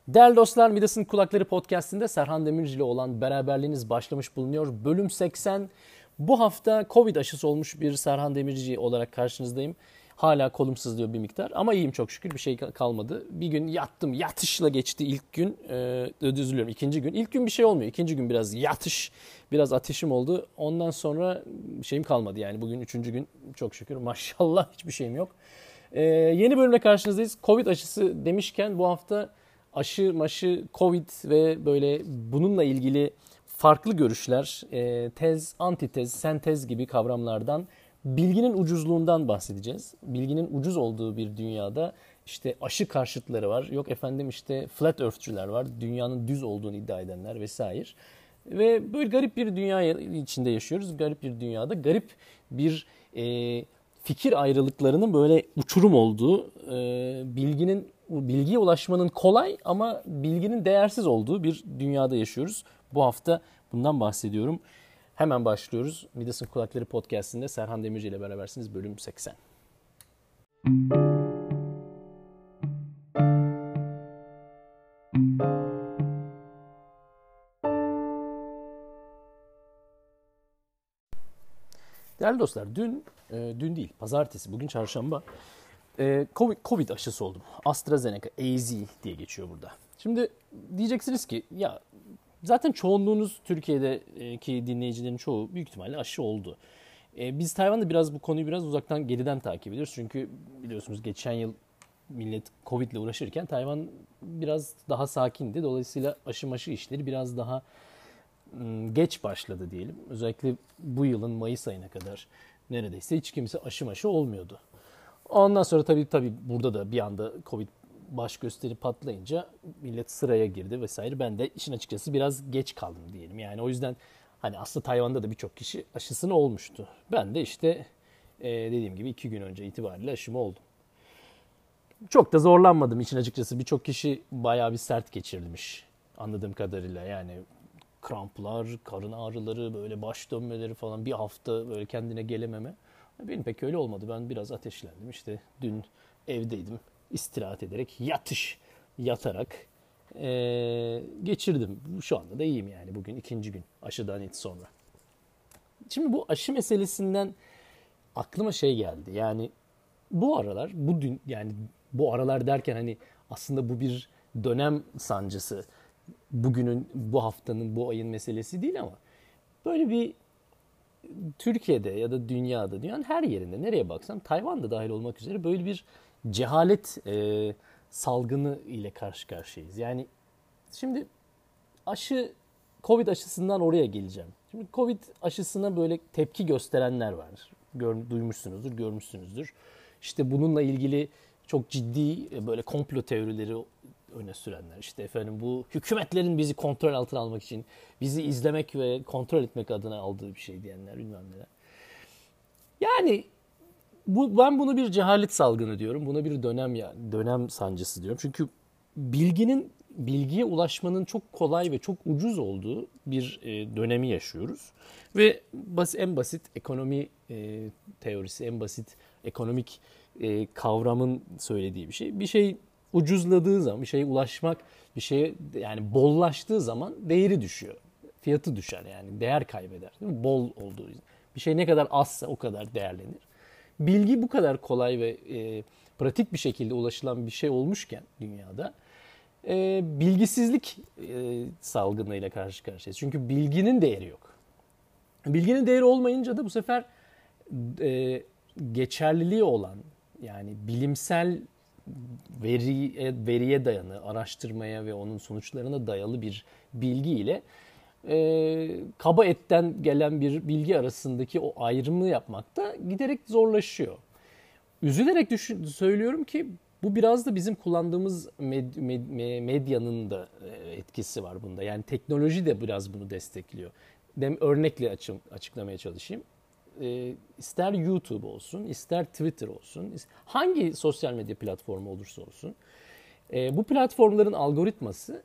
Değerli dostlar, Midas'ın Kulakları Podcast'inde Serhan Demirci ile olan beraberliğiniz başlamış bulunuyor. Bölüm 80. Bu hafta Covid aşısı olmuş bir Serhan Demirci olarak karşınızdayım. Hala kolum sızlıyor bir miktar ama iyiyim çok şükür, bir şey kalmadı. Bir gün yattım, yatışla geçti ilk gün. Üzülüyorum, ikinci gün. İlk gün bir şey olmuyor, ikinci gün biraz yatış, biraz ateşim oldu. Ondan sonra şeyim kalmadı yani, bugün üçüncü gün çok şükür maşallah hiçbir şeyim yok. Yeni bölümle karşınızdayız. Covid aşısı demişken bu hafta aşı, maşı, Covid ve böyle bununla ilgili farklı görüşler, tez, antitez, sentez gibi kavramlardan, bilginin ucuzluğundan bahsedeceğiz. Bilginin ucuz olduğu bir dünyada işte aşı karşıtları var. Yok efendim işte flat earth'çüler var. Dünyanın düz olduğunu iddia edenler vesaire. Ve böyle garip bir dünya içinde yaşıyoruz. Garip bir dünyada garip bir fikir ayrılıklarının böyle uçurum olduğu, bilgiye ulaşmanın kolay ama bilginin değersiz olduğu bir dünyada yaşıyoruz. Bu hafta bundan bahsediyorum. Hemen başlıyoruz. Midas'ın Kulakları Podcast'inde Serhan Demirci ile berabersiniz. Bölüm 80. Değerli dostlar, dün değil, pazartesi, bugün çarşamba, Covid aşısı oldum. AstraZeneca, AZ diye geçiyor burada. Şimdi diyeceksiniz ki ya zaten çoğunluğunuz, Türkiye'deki dinleyicilerin çoğu büyük ihtimalle aşı oldu. Biz Tayvan'da biraz bu konuyu biraz uzaktan, geriden takip ediyoruz. Çünkü biliyorsunuz geçen yıl millet Covid ile uğraşırken Tayvan biraz daha sakindi. Dolayısıyla aşı maşı işleri biraz daha geç başladı diyelim. Özellikle bu yılın Mayıs ayına kadar neredeyse hiç kimse aşı maşı olmuyordu. Ondan sonra tabii burada da bir anda Covid baş gösterip patlayınca millet sıraya girdi vesaire. Ben de işin açıkçası biraz geç kaldım diyelim. Yani o yüzden hani aslında Tayvan'da da birçok kişi aşısını olmuştu. Ben de işte dediğim gibi 2 gün önce itibariyle aşımı oldum. Çok da zorlanmadım işin açıkçası. Birçok kişi bayağı bir sert geçirmiş anladığım kadarıyla. Yani kramplar, karın ağrıları, böyle baş dönmeleri falan, bir hafta böyle kendine gelememe. Benim pek öyle olmadı. Ben biraz ateşlendim. İşte dün evdeydim. İstirahat ederek, yatarak geçirdim. Şu anda da iyiyim yani. Bugün ikinci gün aşıdan hiç sonra. Şimdi bu aşı meselesinden aklıma şey geldi. Yani bu aralar, yani bu aralar derken hani aslında bu bir dönem sancısı. Bugünün, bu haftanın, bu ayın meselesi değil ama böyle bir Türkiye'de ya da dünyanın her yerinde nereye baksam, Tayvan'da dahil olmak üzere böyle bir cehalet salgını ile karşı karşıyayız. Yani şimdi Covid aşısından oraya geleceğim. Şimdi Covid aşısına böyle tepki gösterenler var. Duymuşsunuzdur, görmüşsünüzdür. İşte bununla ilgili çok ciddi böyle komplo teorileri öne sürenler. İşte efendim bu hükümetlerin bizi kontrol altına almak için, bizi izlemek ve kontrol etmek adına aldığı bir şey diyenler, bilmem neler. Yani ben bunu bir cehalet salgını diyorum. Buna bir dönem sancısı diyorum. Çünkü bilgiye ulaşmanın çok kolay ve çok ucuz olduğu bir dönemi yaşıyoruz. Ve en basit ekonomi teorisi, en basit ekonomik kavramın söylediği bir şey. Bir şey ucuzladığı zaman, bir şeye ulaşmak, bir şeye yani bollaştığı zaman değeri düşüyor. Fiyatı düşer yani, değer kaybeder. Değil mi? Bol olduğu için. Bir şey ne kadar azsa o kadar değerlenir. Bilgi bu kadar kolay ve pratik bir şekilde ulaşılan bir şey olmuşken dünyada bilgisizlik salgınıyla karşı karşıyayız. Çünkü bilginin değeri yok. Bilginin değeri olmayınca da bu sefer geçerliliği olan, yani bilimsel veriye dayanı, araştırmaya ve onun sonuçlarına dayalı bir bilgiyle kaba etten gelen bir bilgi arasındaki o ayrımı yapmak da giderek zorlaşıyor. Üzülerek söylüyorum ki bu biraz da bizim kullandığımız medyanın da etkisi var bunda. Yani teknoloji de biraz bunu destekliyor. Örnekle açıklamaya çalışayım. İster YouTube olsun, ister Twitter olsun, hangi sosyal medya platformu olursa olsun, bu platformların algoritması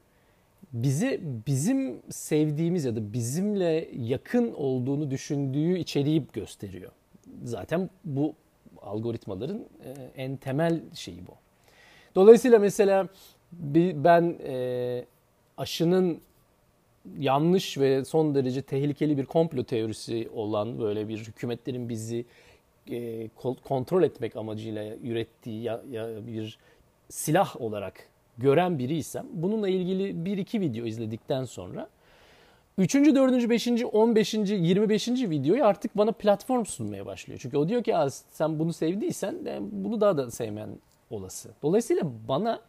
bizim sevdiğimiz ya da bizimle yakın olduğunu düşündüğü içeriği gösteriyor. Zaten bu algoritmaların en temel şeyi bu. Dolayısıyla mesela Ben aşının yanlış ve son derece tehlikeli bir komplo teorisi olan, böyle bir hükümetlerin bizi kontrol etmek amacıyla ürettiği bir silah olarak gören biriysem, bununla ilgili bir iki video izledikten sonra 3. 4. 5. 15. 25. videoyu artık bana platform sunmaya başlıyor. Çünkü o diyor ki sen bunu sevdiysen bunu daha da sevmen olası. Dolayısıyla bana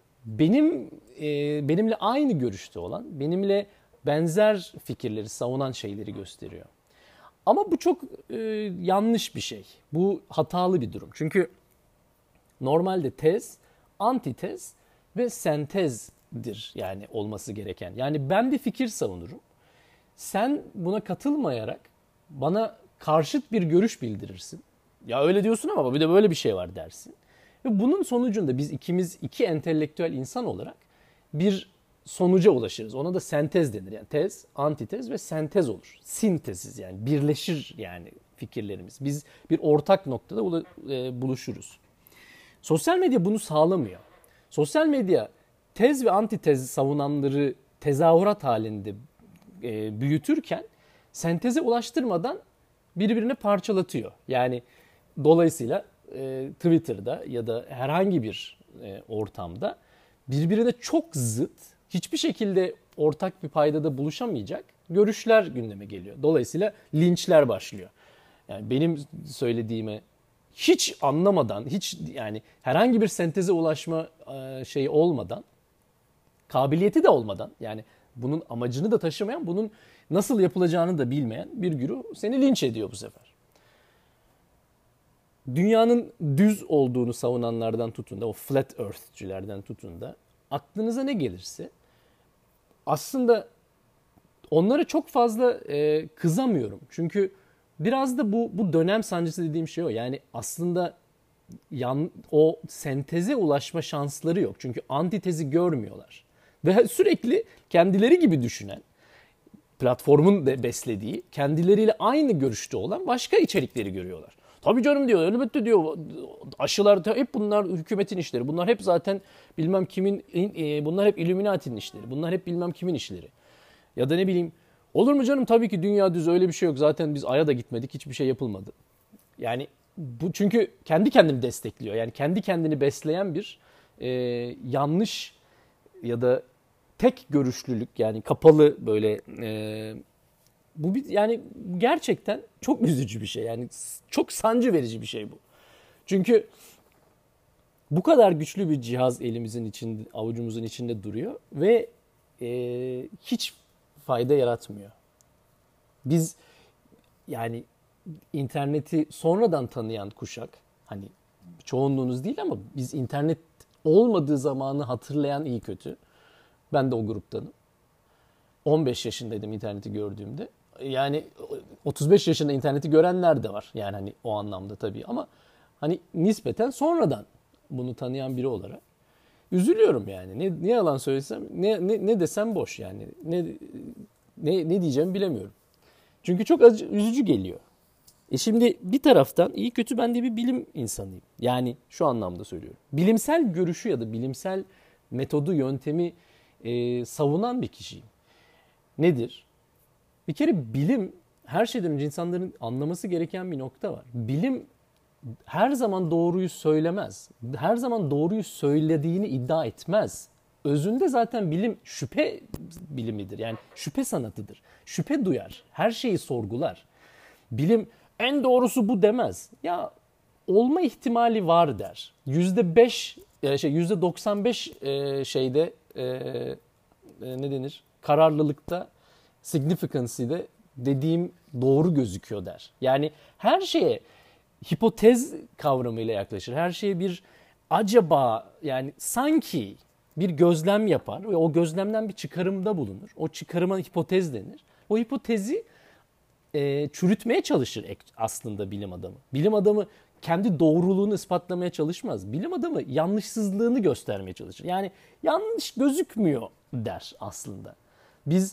benimle aynı görüşte olan, benimle benzer fikirleri savunan şeyleri gösteriyor. Ama bu çok yanlış bir şey. Bu hatalı bir durum. Çünkü normalde tez, antitez ve sentezdir yani olması gereken. Yani ben bir fikir savunurum. Sen buna katılmayarak bana karşıt bir görüş bildirirsin. Ya öyle diyorsun ama bir de böyle bir şey var dersin. Ve bunun sonucunda biz iki entelektüel insan olarak bir sonuca ulaşırız. Ona da sentez denir. Yani tez, antitez ve sentez olur. Sinteziz yani, birleşir yani fikirlerimiz. Biz bir ortak noktada buluşuruz. Sosyal medya bunu sağlamıyor. Sosyal medya tez ve antitez savunanları tezahürat halinde büyütürken senteze ulaştırmadan birbirini parçalatıyor. Yani dolayısıyla Twitter'da ya da herhangi bir ortamda birbirine çok zıt, hiçbir şekilde ortak bir paydada buluşamayacak görüşler gündeme geliyor. Dolayısıyla linçler başlıyor. Yani benim söylediğime hiç anlamadan, hiç yani herhangi bir senteze ulaşma şeyi olmadan, kabiliyeti de olmadan, yani bunun amacını da taşımayan, bunun nasıl yapılacağını da bilmeyen bir güruh seni linç ediyor bu sefer. Dünyanın düz olduğunu savunanlardan tutun da, o flat earth'cülerden tutun da aklınıza ne gelirse, aslında onlara çok fazla kızamıyorum. Çünkü biraz da bu dönem sancısı dediğim şey o. Yani aslında o senteze ulaşma şansları yok. Çünkü antitezi görmüyorlar. Ve sürekli kendileri gibi düşünen, platformun da beslediği, kendileriyle aynı görüşte olan başka içerikleri görüyorlar. Tabii canım diyor, elbette diyor, aşılar hep bunlar hükümetin işleri. Bunlar hep zaten bilmem kimin, bunlar hep Illuminati'nin işleri. Bunlar hep bilmem kimin işleri. Ya da ne bileyim, olur mu canım, tabii ki dünya düz, öyle bir şey yok. Zaten biz Ay'a da gitmedik, hiçbir şey yapılmadı. Yani bu çünkü kendi kendini destekliyor. Yani kendi kendini besleyen bir yanlış ya da tek görüşlülük, yani kapalı böyle bu yani gerçekten çok üzücü bir şey. Yani çok sancı verici bir şey bu. Çünkü bu kadar güçlü bir cihaz elimizin içinde, avucumuzun içinde duruyor ve hiç fayda yaratmıyor. Biz yani interneti sonradan tanıyan kuşak, hani çoğunluğunuz değil ama biz internet olmadığı zamanı hatırlayan iyi kötü. Ben de o gruptanım. 15 yaşındaydım interneti gördüğümde. Yani 35 yaşında interneti görenler de var. Yani hani o anlamda tabii ama hani nispeten sonradan bunu tanıyan biri olarak üzülüyorum yani. Ne yalan söylesem, ne desem boş yani. Ne diyeceğimi bilemiyorum. Çünkü çok üzücü geliyor. Şimdi bir taraftan iyi kötü ben de bir bilim insanıyım. Yani şu anlamda söylüyorum. Bilimsel görüşü ya da bilimsel metodu, yöntemi savunan bir kişiyim. Nedir? Bir kere bilim, her şeyden önce insanların anlaması gereken bir nokta var. Bilim her zaman doğruyu söylemez. Her zaman doğruyu söylediğini iddia etmez. Özünde zaten bilim şüphe bilimidir. Yani şüphe sanatıdır. Şüphe duyar. Her şeyi sorgular. Bilim en doğrusu bu demez. Ya olma ihtimali var der. %5 %95 şeyde ne denir? Kararlılıkta, significancy'de dediğim doğru gözüküyor der. Yani her şeye hipotez kavramıyla yaklaşır. Her şeye bir acaba, yani sanki bir gözlem yapar ve o gözlemden bir çıkarımda bulunur. O çıkarıma hipotez denir. O hipotezi çürütmeye çalışır aslında bilim adamı. Bilim adamı kendi doğruluğunu ispatlamaya çalışmaz. Bilim adamı yanlışsızlığını göstermeye çalışır. Yani yanlış gözükmüyor der aslında. Biz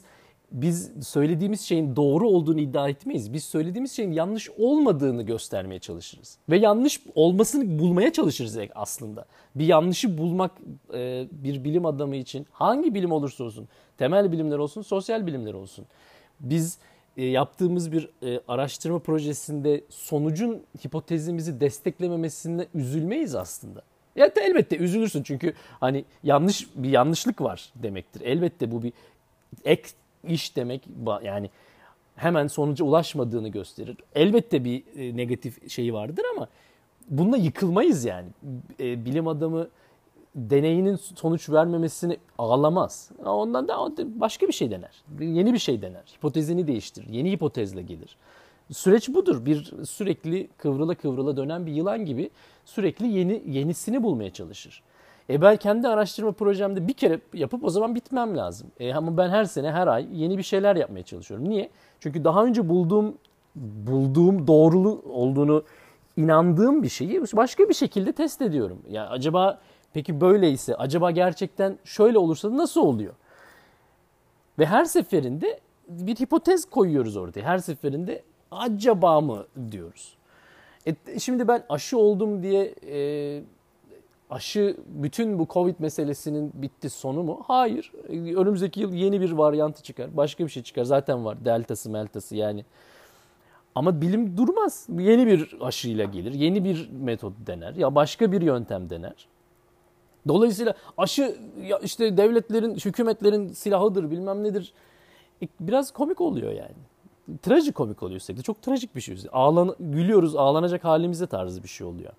biz söylediğimiz şeyin doğru olduğunu iddia etmeyiz. Biz söylediğimiz şeyin yanlış olmadığını göstermeye çalışırız. Ve yanlış olmasını bulmaya çalışırız aslında. Bir yanlışı bulmak bir bilim adamı için, hangi bilim olursa olsun, temel bilimler olsun, sosyal bilimler olsun. Biz yaptığımız bir araştırma projesinde sonucun hipotezimizi desteklememesine üzülmeyiz aslında. Ya elbette üzülürsün çünkü hani bir yanlışlık var demektir. Elbette bu bir ek iş demek, yani hemen sonuca ulaşmadığını gösterir. Elbette bir negatif şeyi vardır ama bununla yıkılmayız yani. Bilim adamı deneyinin sonuç vermemesini ağlamaz. Ondan da başka bir şey dener. Yeni bir şey dener. Hipotezini değiştirir. Yeni hipotezle gelir. Süreç budur. Bir sürekli kıvrıla kıvrıla dönen bir yılan gibi sürekli yenisini bulmaya çalışır. Ben kendi araştırma projemde bir kere yapıp o zaman bitmem lazım. Ama ben her sene, her ay yeni bir şeyler yapmaya çalışıyorum. Niye? Çünkü daha önce bulduğum doğrulu olduğunu inandığım bir şeyi başka bir şekilde test ediyorum. Yani acaba peki böyleyse, acaba gerçekten şöyle olursa nasıl oluyor? Ve her seferinde bir hipotez koyuyoruz ortaya. Her seferinde acaba mı diyoruz. Şimdi ben aşı oldum diye aşı bütün bu Covid meselesinin bitti sonu mu? Hayır. Önümüzdeki yıl yeni bir varyantı çıkar. Başka bir şey çıkar. Zaten var. Deltası, meltası yani. Ama bilim durmaz. Yeni bir aşıyla gelir. Yeni bir metot dener. Ya başka bir yöntem dener. Dolayısıyla aşı ya işte devletlerin, hükümetlerin silahıdır bilmem nedir. Biraz komik oluyor yani. Trajikomik oluyor sürekli. Çok trajik bir şey. Gülüyoruz, ağlanacak halimize tarzı bir şey oluyor.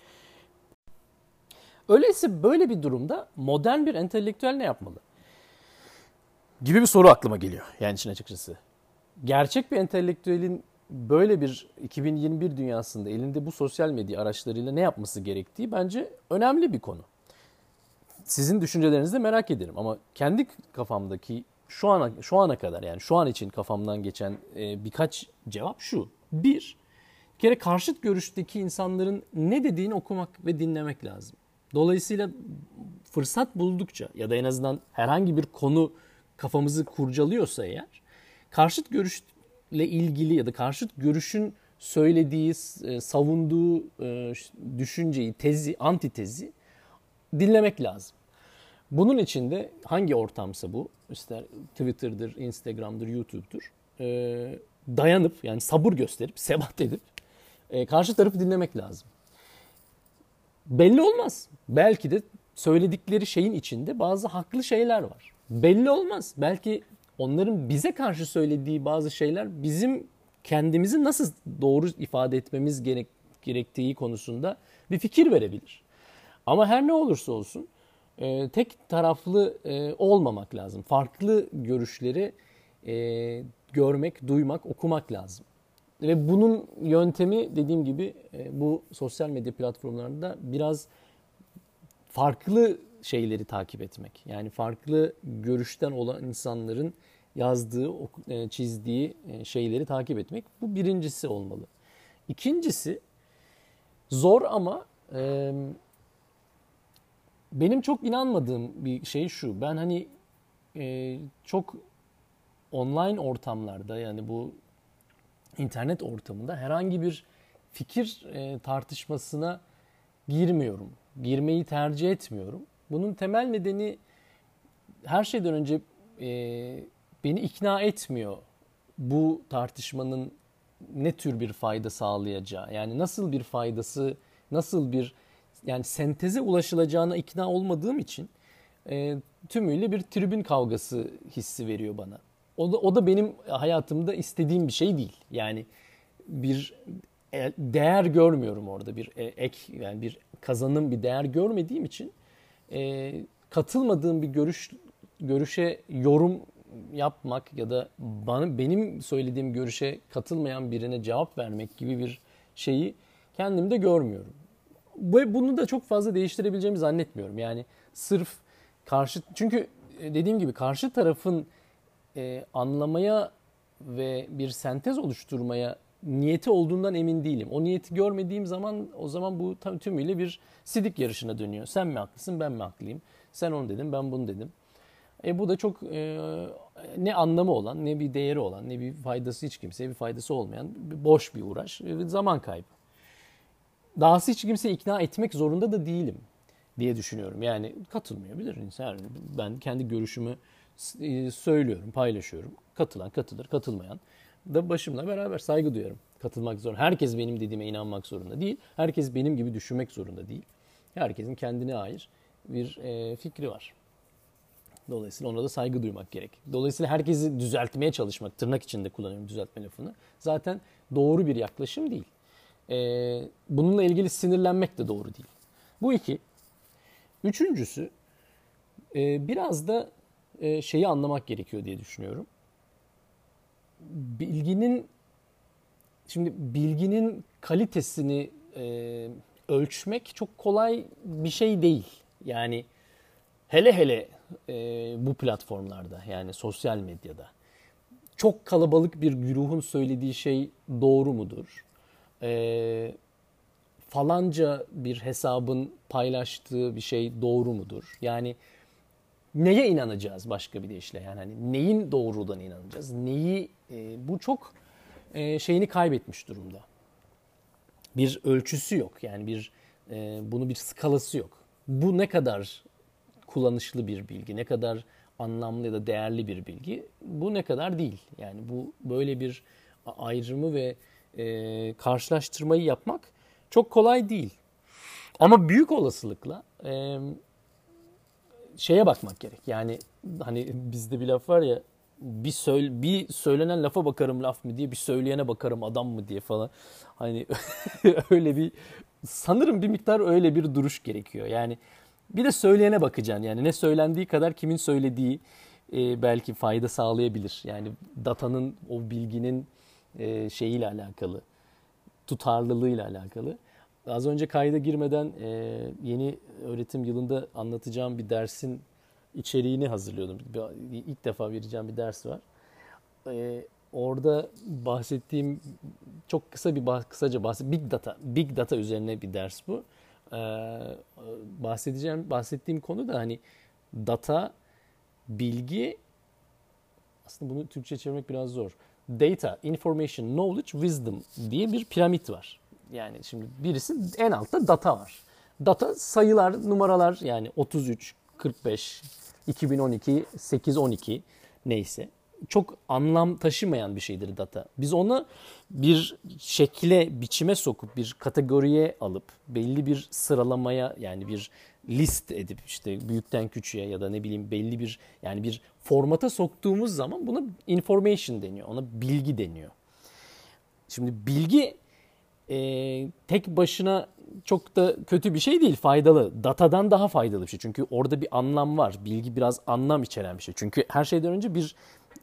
Öyleyse böyle bir durumda modern bir entelektüel ne yapmalı? Gibi bir soru aklıma geliyor yani işin açıkçası. Gerçek bir entelektüelin böyle bir 2021 dünyasında elinde bu sosyal medya araçlarıyla ne yapması gerektiği bence önemli bir konu. Sizin düşüncelerinizi de merak ederim ama kendi kafamdaki şu ana kadar yani şu an için kafamdan geçen birkaç cevap şu. Bir kere karşıt görüşteki insanların ne dediğini okumak ve dinlemek lazım. Dolayısıyla fırsat buldukça ya da en azından herhangi bir konu kafamızı kurcalıyorsa eğer karşıt görüşle ilgili ya da karşıt görüşün söylediği, savunduğu düşünceyi, tezi, antitezi dinlemek lazım. Bunun için de hangi ortamsa bu, ister Twitter'dır, Instagram'dır, YouTube'dur, dayanıp yani sabır gösterip, sebat edip karşı tarafı dinlemek lazım. Belli olmaz. Belki de söyledikleri şeyin içinde bazı haklı şeyler var. Belli olmaz. Belki onların bize karşı söylediği bazı şeyler bizim kendimizi nasıl doğru ifade etmemiz gerektiği konusunda bir fikir verebilir. Ama her ne olursa olsun tek taraflı olmamak lazım. Farklı görüşleri görmek, duymak, okumak lazım. Ve bunun yöntemi dediğim gibi bu sosyal medya platformlarında biraz farklı şeyleri takip etmek. Yani farklı görüşten olan insanların yazdığı, çizdiği şeyleri takip etmek. Bu birincisi olmalı. İkincisi zor ama benim çok inanmadığım bir şey şu. Ben hani çok online ortamlarda yani bu internet ortamında herhangi bir fikir tartışmasına girmiyorum. Girmeyi tercih etmiyorum. Bunun temel nedeni her şeyden önce beni ikna etmiyor bu tartışmanın ne tür bir fayda sağlayacağı. Yani nasıl bir faydası, nasıl bir yani senteze ulaşılacağına ikna olmadığım için tümüyle bir tribün kavgası hissi veriyor bana. O da benim hayatımda istediğim bir şey değil. Yani bir değer görmüyorum orada, bir ek yani bir kazanım, bir değer görmediğim için katılmadığım bir görüşe yorum yapmak ya da benim söylediğim görüşe katılmayan birine cevap vermek gibi bir şeyi kendimde görmüyorum. Ve bunu da çok fazla değiştirebileceğimi zannetmiyorum. Yani sırf çünkü dediğim gibi karşı tarafın anlamaya ve bir sentez oluşturmaya niyeti olduğundan emin değilim. O niyeti görmediğim zaman o zaman bu tümüyle bir sidik yarışına dönüyor. Sen mi haklısın, ben mi haklıyım? Sen onu dedin, ben bunu dedim. Bu da çok ne anlamı olan, ne bir değeri olan, ne bir faydası, hiç kimseye bir faydası olmayan boş bir uğraş, zaman kaybı. Dahası hiç kimseyi ikna etmek zorunda da değilim diye düşünüyorum. Yani katılmayabilir insan. Ben kendi görüşümü söylüyorum, paylaşıyorum. Katılan katılır, katılmayan da başımla beraber saygı duyarım. Katılmak zorunda. Herkes benim dediğime inanmak zorunda değil. Herkes benim gibi düşünmek zorunda değil. Herkesin kendine ait bir fikri var. Dolayısıyla ona da saygı duymak gerek. Dolayısıyla herkesi düzeltmeye çalışmak, tırnak içinde kullanıyorum düzeltme lafını, zaten doğru bir yaklaşım değil. Bununla ilgili sinirlenmek de doğru değil. Bu iki. Üçüncüsü, biraz da şeyi anlamak gerekiyor diye düşünüyorum. Bilginin kalitesini ölçmek çok kolay bir şey değil. Yani hele hele bu platformlarda, yani sosyal medyada çok kalabalık bir güruhun söylediği şey doğru mudur? Falanca bir hesabın paylaştığı bir şey doğru mudur? Yani neye inanacağız başka bir deyişle? Yani hani neyin doğrudan inanacağız? Bu çok şeyini kaybetmiş durumda. Bir ölçüsü yok. Yani bunun bir skalası yok. Bu ne kadar kullanışlı bir bilgi, ne kadar anlamlı ya da değerli bir bilgi, bu ne kadar değil. Yani bu böyle bir ayrımı ve karşılaştırmayı yapmak çok kolay değil. Ama büyük olasılıkla şeye bakmak gerek. Yani hani bizde bir laf var ya, bir söylenen lafa bakarım laf mı diye, bir söyleyene bakarım adam mı diye falan. Hani öyle bir, sanırım bir miktar öyle bir duruş gerekiyor. Yani bir de söyleyene bakacaksın. Yani ne söylendiği kadar kimin söylediği belki fayda sağlayabilir. Yani datanın, o bilginin şeyiyle alakalı, tutarlılığıyla alakalı. Az önce kayda girmeden yeni öğretim yılında anlatacağım bir dersin içeriğini hazırlıyordum. İlk defa vereceğim bir ders var. Orada bahsettiğim, çok kısaca Big Data üzerine bir ders bu. Bahsettiğim konu da hani data, bilgi, aslında bunu Türkçe çevirmek biraz zor. Data, information, knowledge, wisdom diye bir piramit var. Yani şimdi birisi, en altta data var. Data sayılar, numaralar, yani 33, 45, 2012, 812 neyse. Çok anlam taşımayan bir şeydir data. Biz onu bir şekle, biçime sokup, bir kategoriye alıp, belli bir sıralamaya, yani bir list edip, işte büyükten küçüğe ya da ne bileyim belli bir, yani bir formata soktuğumuz zaman buna information deniyor. Ona bilgi deniyor. Şimdi bilgi tek başına çok da kötü bir şey değil, faydalı. Datadan daha faydalı bir şey. Çünkü orada bir anlam var. Bilgi biraz anlam içeren bir şey. Çünkü her şeyden önce bir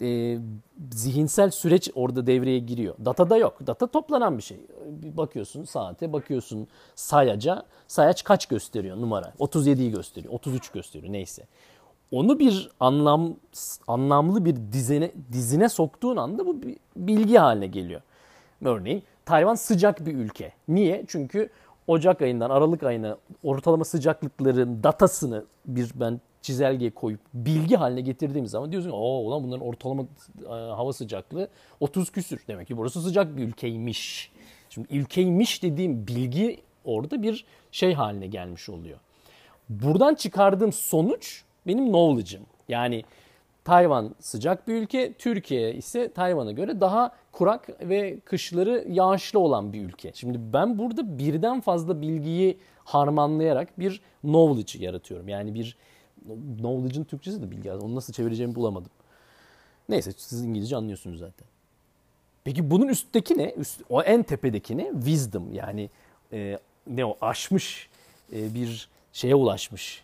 zihinsel süreç orada devreye giriyor. Datada yok. Data toplanan bir şey. Bakıyorsun saate, bakıyorsun sayaca. Sayaç kaç gösteriyor numara? 37'yi gösteriyor, 33 gösteriyor, neyse. Onu bir anlamlı bir dizine soktuğun anda bu bir bilgi haline geliyor. Örneğin Tayvan sıcak bir ülke. Niye? Çünkü Ocak ayından Aralık ayına ortalama sıcaklıkların datasını ben çizelgeye koyup bilgi haline getirdiğimiz zaman diyorsun ki ulan bunların ortalama hava sıcaklığı 30 küsür. Demek ki burası sıcak bir ülkeymiş. Şimdi ülkeymiş dediğim bilgi orada bir şey haline gelmiş oluyor. Buradan çıkardığım sonuç benim knowledge'ım. Yani Tayvan sıcak bir ülke, Türkiye ise Tayvan'a göre daha kurak ve kışları yağışlı olan bir ülke. Şimdi ben burada birden fazla bilgiyi harmanlayarak bir knowledge yaratıyorum. Yani bir knowledge'ın Türkçesi de bilgi. Onu nasıl çevireceğimi bulamadım. Neyse, siz İngilizce anlıyorsunuz zaten. Peki bunun üstteki ne? O en tepedeki ne? Wisdom, yani ne o, aşmış bir şeye ulaşmış.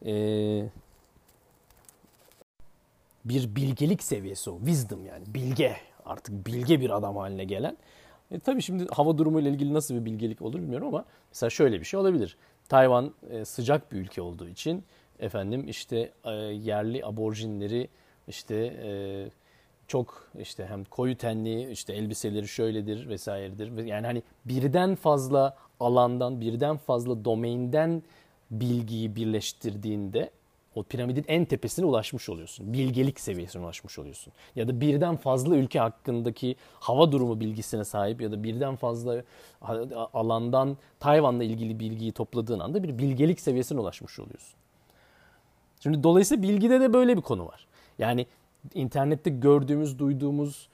Bir bilgelik seviyesi o. Wisdom, yani bilge. Artık bilge bir adam haline gelen. Tabii şimdi hava durumu ile ilgili nasıl bir bilgelik olur bilmiyorum ama mesela şöyle bir şey olabilir. Tayvan sıcak bir ülke olduğu için efendim işte yerli aborjinleri işte çok işte hem koyu tenli, işte elbiseleri şöyledir vesairedir. Yani hani birden fazla alandan, birden fazla domainden bilgiyi birleştirdiğinde O piramidin en tepesine ulaşmış oluyorsun. Bilgelik seviyesine ulaşmış oluyorsun. Ya da birden fazla ülke hakkındaki hava durumu bilgisine sahip ya da birden fazla alandan Tayvan'la ilgili bilgiyi topladığın anda bir bilgelik seviyesine ulaşmış oluyorsun. Şimdi dolayısıyla bilgide de böyle bir konu var. Yani internette gördüğümüz, duyduğumuz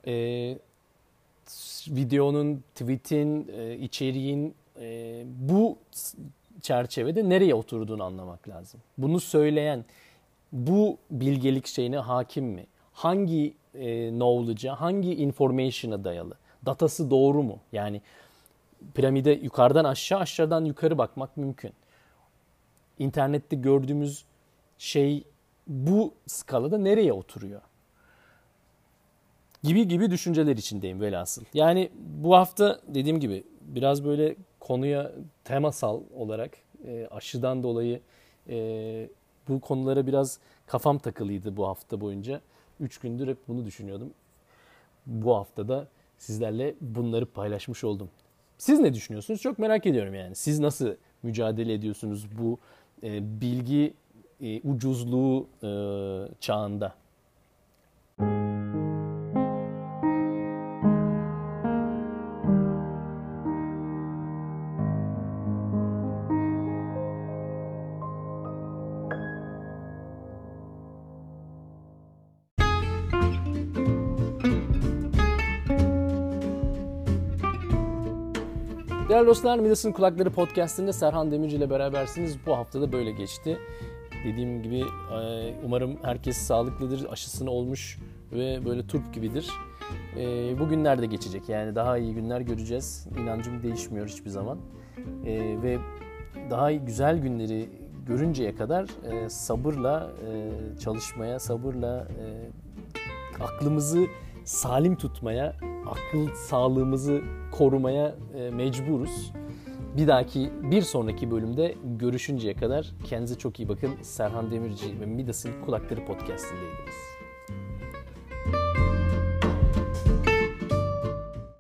videonun, tweetin, içeriğin bu çerçevede nereye oturduğunu anlamak lazım. Bunu söyleyen bu bilgelik şeyine hakim mi? Hangi knowledge'a, hangi information'a dayalı? Datası doğru mu? Yani piramide yukarıdan aşağı, aşağıdan yukarı bakmak mümkün. İnternette gördüğümüz şey bu skalada nereye oturuyor? Gibi düşünceler içindeyim velhasıl. Yani bu hafta dediğim gibi biraz böyle konuya temasal olarak aşıdan dolayı bu konulara biraz kafam takılıydı bu hafta boyunca. 3 gündür hep bunu düşünüyordum. Bu hafta da sizlerle bunları paylaşmış oldum. Siz ne düşünüyorsunuz? Çok merak ediyorum yani. Siz nasıl mücadele ediyorsunuz bu bilgi ucuzluğu çağında? Değerli dostlar, Midas'ın Kulakları Podcast'inde Serhan Demirci ile berabersiniz. Bu hafta da böyle geçti. Dediğim gibi umarım herkes sağlıklıdır, aşısını olmuş ve böyle turp gibidir. Bu günler de geçecek. Yani daha iyi günler göreceğiz. İnancım değişmiyor hiçbir zaman. Ve daha güzel günleri görünceye kadar sabırla çalışmaya, sabırla aklımızı salim tutmaya, akıl sağlığımızı korumaya mecburuz. Bir sonraki bölümde görüşünceye kadar kendinize çok iyi bakın. Serhan Demirci ve Midas'ın Kulakları Podcast'indeydiniz.